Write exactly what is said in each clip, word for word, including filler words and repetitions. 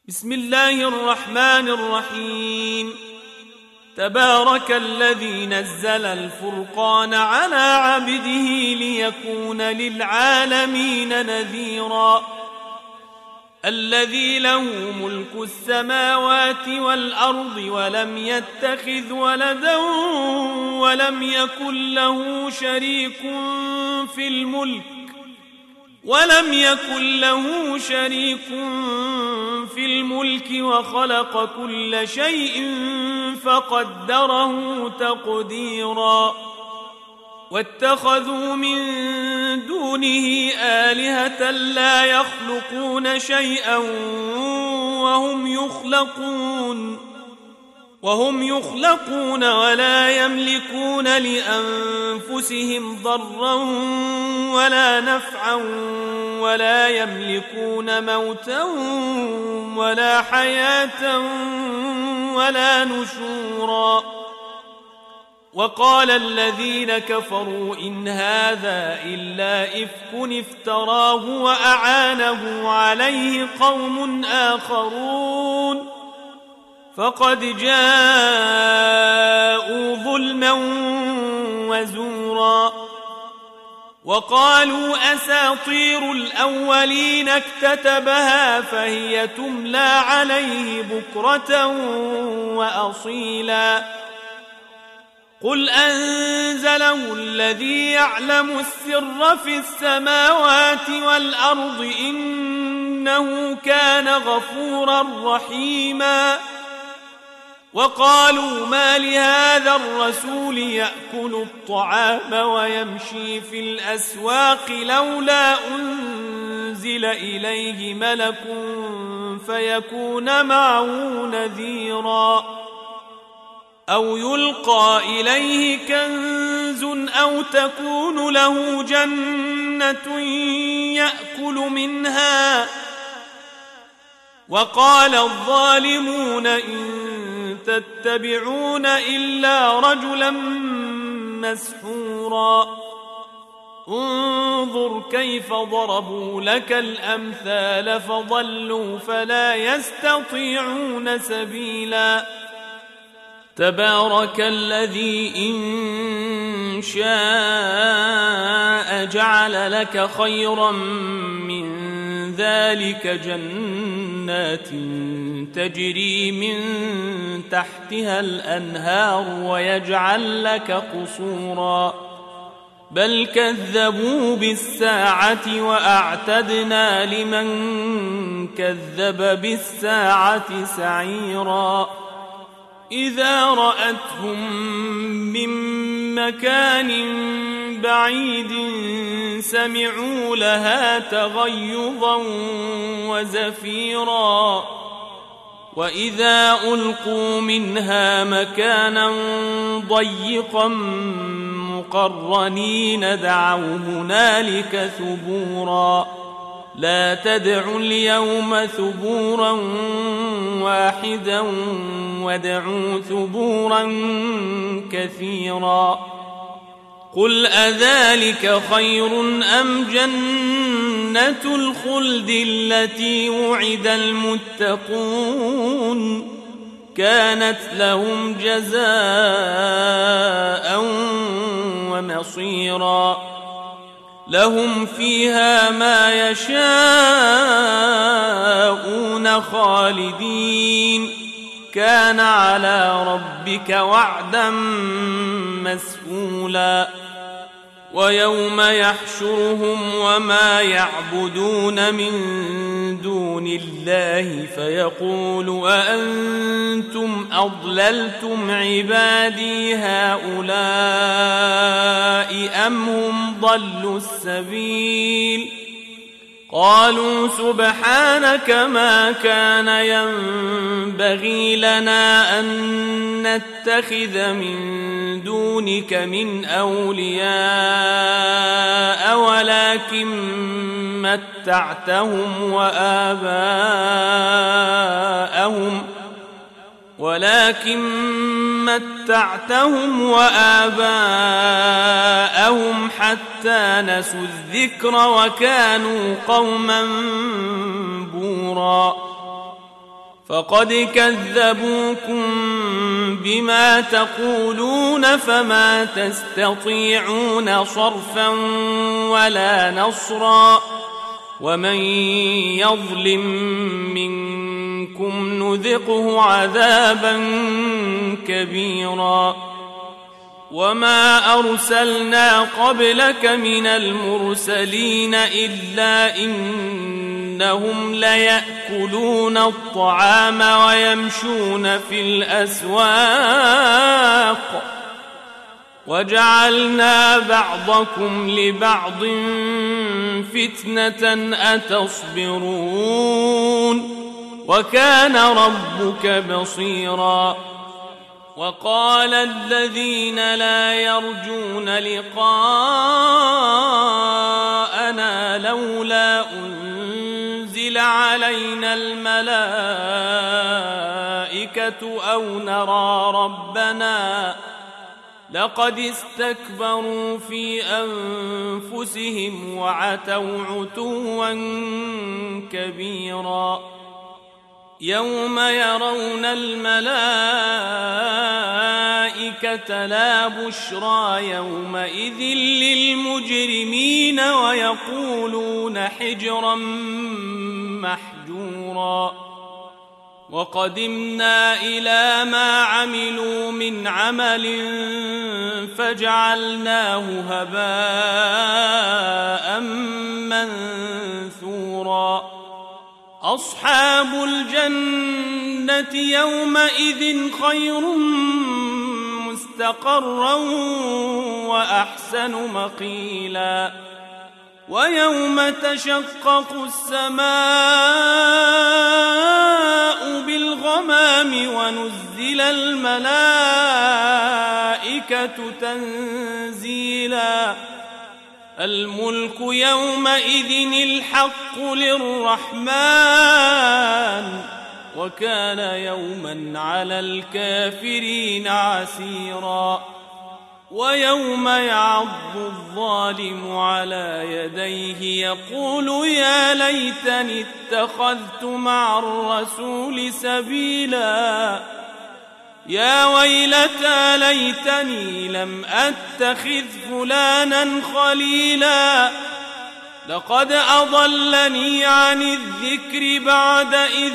بسم الله الرحمن الرحيم. تبارك الذي نزل الفرقان على عبده ليكون للعالمين نذيرا. الذي له ملك السماوات والأرض ولم يتخذ ولدا ولم يكن له شريك في الملك ولم يكن له شريك في الملك وخلق كل شيء فقدره تقديرا. واتخذوا من دونه آلهة لا يخلقون شيئا وهم يخلقون وهم يخلقون ولا يملكون لأنفسهم ضرا ولا نفعا ولا يملكون موتا ولا حياة ولا نشورا. وقال الذين كفروا إن هذا إلا إفك افتراه وأعانه عليه قوم آخرون فقد جاءوا ظلما وزورا. وقالوا أساطير الأولين اكتتبها فهي تملى عليه بكرة وأصيلا. قل أنزله الذي يعلم السر في السماوات والأرض إنه كان غفورا رحيما. وقالوا ما لهذا الرسول يأكل الطعام ويمشي في الأسواق لولا أنزل إليه ملك فيكون معه نذيرا أو يلقى إليه كنز أو تكون له جنة يأكل منها. وقال الظالمون إن تتبعون إلا رجلا مسحورا. انظر كيف ضربوا لك الأمثال فضلوا فلا يستطيعون سبيلا. تبارك الذي إن شاء جعل لك خيرا من ذلك جنات تجري من تحتها الأنهار ويجعل لك قصورا بل كذبوا بالساعة وأعتدنا لمن كذب بالساعة سعيرا. إذا رأتهم من مكان بعيد سمعوا لها تغيظا وزفيرا. وإذا ألقوا منها مكانا ضيقا مقرنين دعوا هنالك ثبورا. لا تدعوا اليوم ثبورا واحدا وادعوا ثبورا كثيرا. قل أذلك خير أم جنة الخلد التي وعد المتقون كانت لهم جزاء ومصيرا. لهم فيها ما يشاءون خالدين كان على ربك وعدا مسئولا. ويوم يحشرهم وما يعبدون من دون الله فيقول أأنتم أضللتم عبادي هؤلاء أم هم ضلوا السبيل. قالوا سبحانك ما كان ينبغي لنا أن نتخذ من دونك من أولياء ولكن متعتهم وآباءهم ولكن متعتهم وآباءهم حتى نسوا الذكر وكانوا قوما بورا. فقد كذبوكم بما تقولون فما تستطيعون صرفا ولا نصرا ومن يظلم منكم نذقه عذابا كبيرا وما أرسلنا قبلك من المرسلين إلا إنهم ليأكلون الطعام ويمشون في الأسواق وجعلنا بعضكم لبعض فتنة أتصبرون وكان ربك بصيرا وقال الذين لا يرجون لقاءنا لولا أنزل علينا الملائكة أو نرى ربنا لقد استكبروا في أنفسهم وعتوا عتوا كبيرا يوم يرون الملائكة لا بشرى يومئذ للمجرمين ويقولون حجرا محجورا وقدمنا إلى ما عملوا من عمل فجعلناه هباء منثورا أصحاب الجنة يومئذ خير مستقرا وأحسن مقيلا ويوم تشقق السماء بالغمام ونزل الملائكة تنزيلا الملك يومئذ الحق للرحمن وكان يوما على الكافرين عسيرا ويوم يعض الظالم على يديه يقول يا ليتني اتخذت مع الرسول سبيلا يا ويلتى ليتني لم أتخذ فلانا خليلا لقد أضلني عن الذكر بعد إذ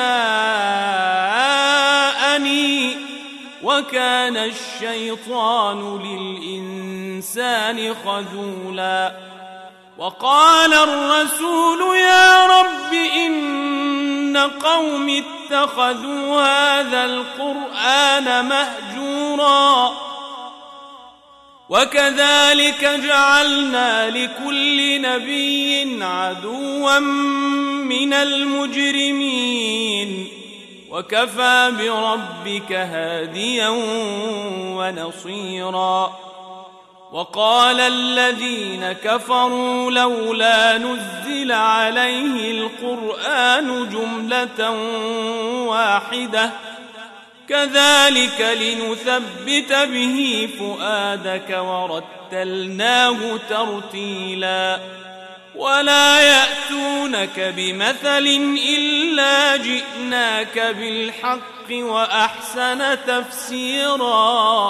جاءني وكان الشيطان للإنسان خذولا وقال الرسول يا رب إن قوم اتخذوا هذا القرآن مهجورا وكذلك جعلنا لكل نبي عدوا من المجرمين وكفى بربك هاديا ونصيرا وقال الذين كفروا لولا نزل عليه القرآن جملة واحدة كذلك لنثبت به فؤادك ورتلناه ترتيلا ولا يأتونك بمثل إلا جئناك بالحق وأحسن تفسيرا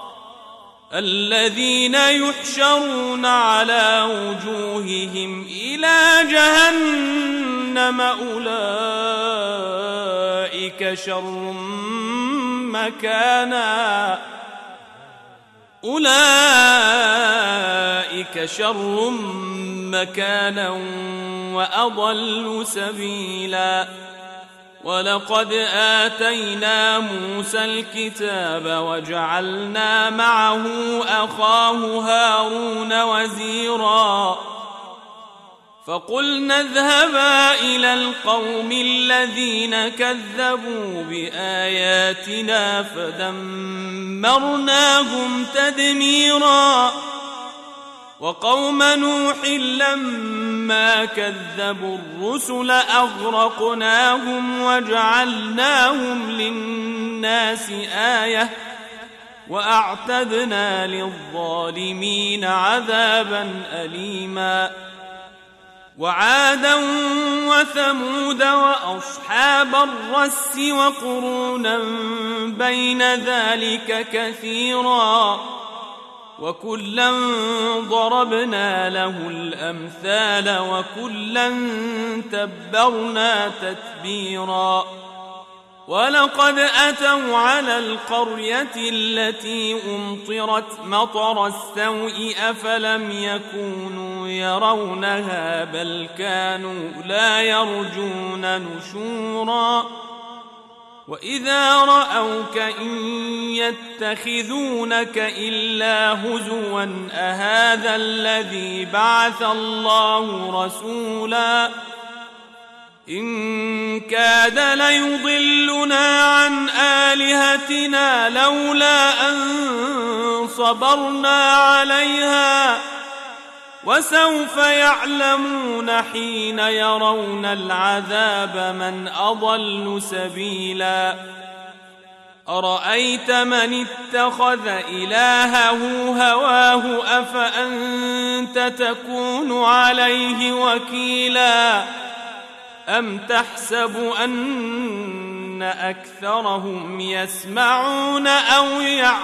الذين يحشرون على وجوههم إلى جهنم أولئك شر مكانا أولئك شر مكانا وأضل سبيلا ولقد آتينا موسى الكتاب وجعلنا معه أخاه هارون وزيرا فقلنا اذهبا إلى القوم الذين كذبوا بآياتنا فدمرناهم تدميرا وقوم نوح لما كذبوا الرسل أغرقناهم وجعلناهم للناس آية وأعتدنا للظالمين عذابا أليما وعادا وثمود وأصحاب الرس وقرونا بين ذلك كثيرا وكلا ضربنا له الأمثال وكلا تبرنا تتبيرا ولقد أتوا على القرية التي أمطرت مطر السوء أفلم يكونوا يرونها بل كانوا لا يرجون نشورا وإذا رأوك إن يتخذونك إلا هزوا أهذا الذي بعث الله رسولا إن كاد ليضلنا عن آلهتنا لولا أن صبرنا عليها وسوف يعلمون حين يرون العذاب من أضل سبيلا أرأيت من اتخذ إلهه هواه أفأنت تكون عليه وكيلا أم تحسب أن أكثرهم يسمعون أو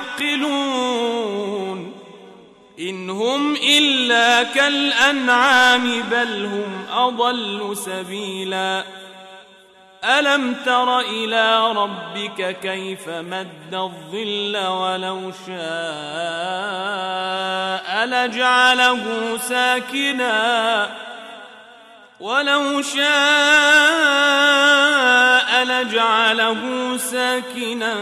يعقلون إن هم إلا كالأنعام بل هم أضل سبيلا ألم تر إلى ربك كيف مد الظل ولو شاء لجعله ساكنا ولو شاء لجعله ساكنا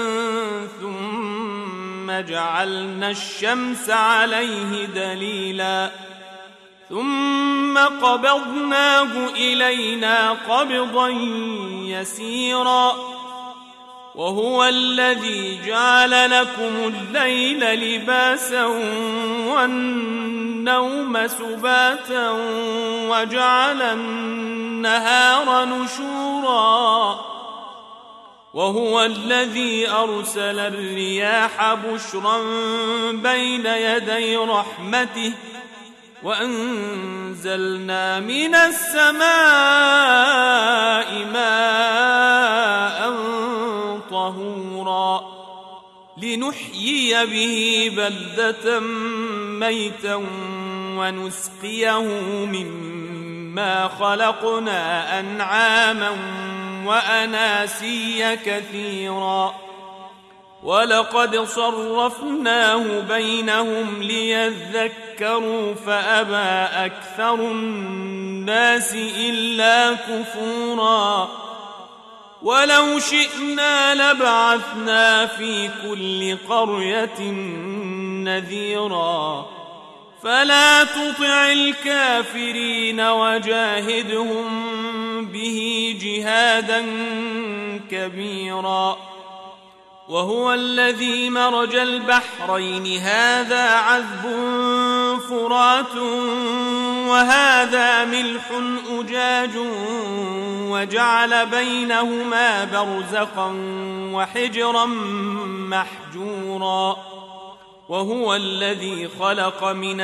ثم جعلنا الشمس عليه دليلا ثم قبضناه إلينا قبضا يسيرا وهو الذي جعل لكم الليل لباسا والنوم سباتا وجعل النهار نشورا وهو الذي أرسل الرياح بشرا بين يدي رحمته وأنزلنا من السماء ماء طهورا لنحيي به بلدة ميتا ونسقيه مما خلقنا أنعاما وأناسيا كثيرا ولقد صرفناه بينهم ليذكروا فأبى أكثر الناس إلا كفورا ولو شئنا لبعثنا في كل قرية نذيرا فلا تطع الكافرين وجاهدهم به جهادا كبيرا وهو الذي مرج البحرين هذا عذب فرات وهذا ملح أجاج وجعل بينهما برزقا وحجرا محجورا وهو الذي خلق من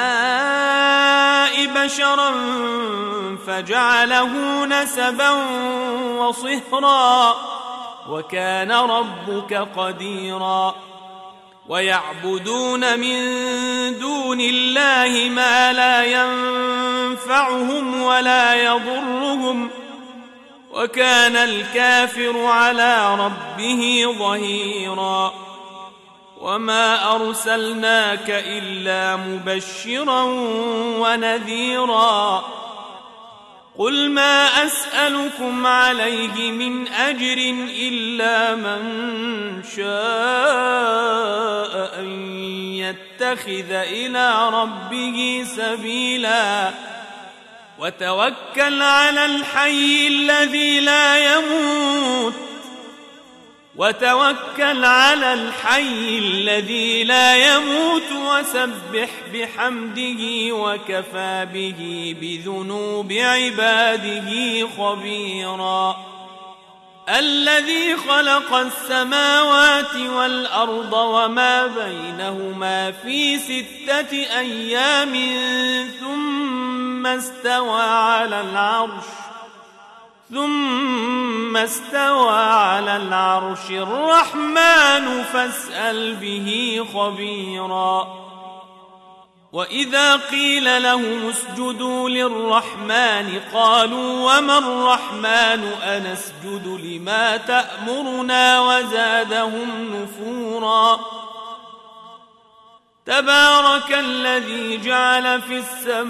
الماء بشرا فجعله نسبا وصهرا وكان ربك قديرا ويعبدون من دون الله ما لا ينفعهم ولا يضرهم وكان الكافر على ربه ظهيرا وما أرسلناك إلا مبشرا ونذيرا قل ما أسألكم عليه من أجر إلا من شاء أن يتخذ إلى ربه سبيلا وتوكل على الحي الذي لا يموت وتوكل على الحي الذي لا يموت وسبح بحمده وكفى به بذنوب عباده خبيرا الذي خلق السماوات والأرض وما بينهما في ستة أيام ثم استوى على العرش ثم استوى على العرش الرحمن فاسأل به خبيرا. وإذا قيل لهم اسجدوا للرحمن قالوا وما الرحمن أنسجد لما تأمرنا وزادهم نفورا. تبارك الذي جعل في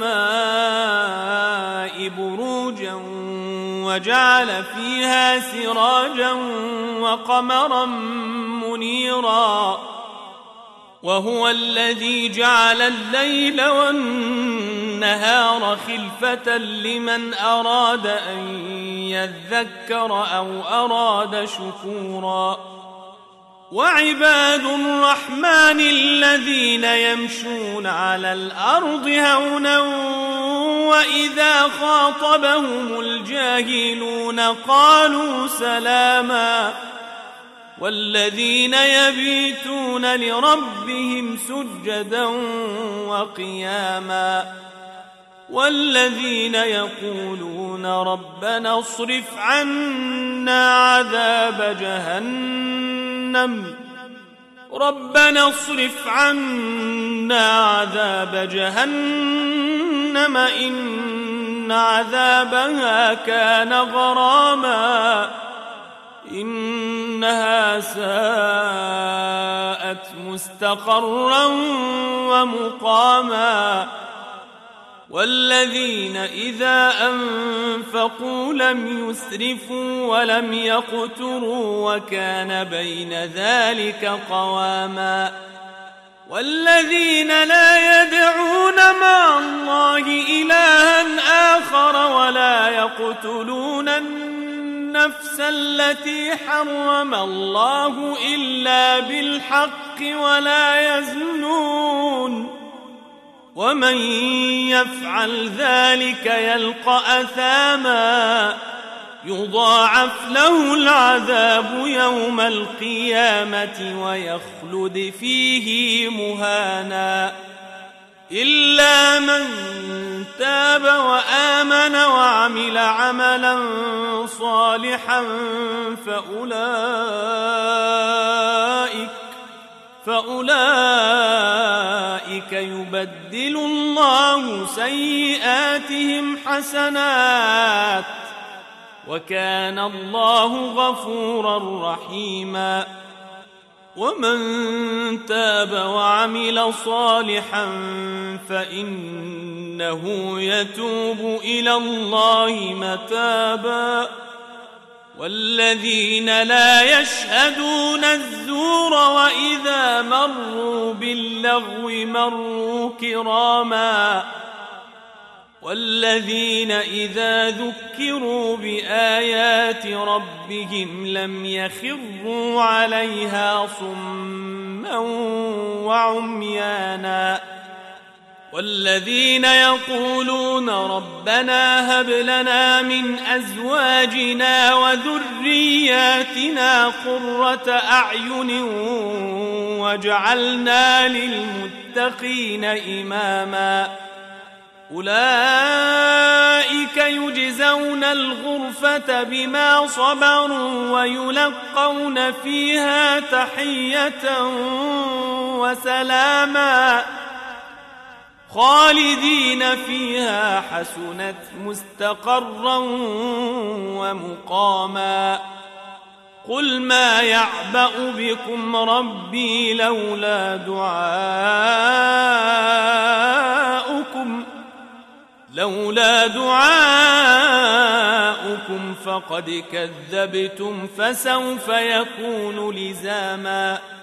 السماء بروجا وجعل فيها سراجا وقمرا منيرا وهو الذي جعل الليل والنهار خلفة لمن أراد أن يذكر أو أراد شكورا. وعباد الرحمن الذين يمشون على الأرض هونا وإذا خاطبهم الجاهلون قالوا سلاما والذين يبيتون لربهم سجدا وقياما والذين يقولون ربنا اصرف عنا عذاب جهنم ربنا اصرف عنا عذاب جهنم إن عذابها كان غراما إنها ساءت مستقرا ومقاما والذين إذا أنفقوا لم يسرفوا ولم يقتروا وكان بين ذلك قواما والذين لا يدعون مع الله إلها آخر ولا يقتلون النفس التي حرم الله إلا بالحق ولا يزنون ومن يفعل ذلك يلقى أثاما يضاعف له العذاب يوم القيامة ويخلد فيه مهانا إلا من تاب وآمن وعمل عملا صالحا فأولئك فأولئك يبدل الله سيئاتهم حسنات وكان الله غفورا رحيما. ومن تاب وعمل صالحا فإنه يتوب إلى الله متابا والذين لا يشهدون الزور وإذا مروا باللغو مروا كراما والذين إذا ذكروا بآيات ربهم لم يخروا عليها صما وعميانا والذين يقولون ربنا هب لنا من أزواجنا وذرياتنا قرة أعين واجعلنا للمتقين إماما أولئك يجزون الغرفة بما صبروا ويلقون فيها تحية وسلاما خالدين فيها حسنت مستقرا ومقاما. قل ما يعبأ بكم ربي لولا دعاؤكم لولا دعاؤكم فقد كذبتم فسوف يكون لزاما.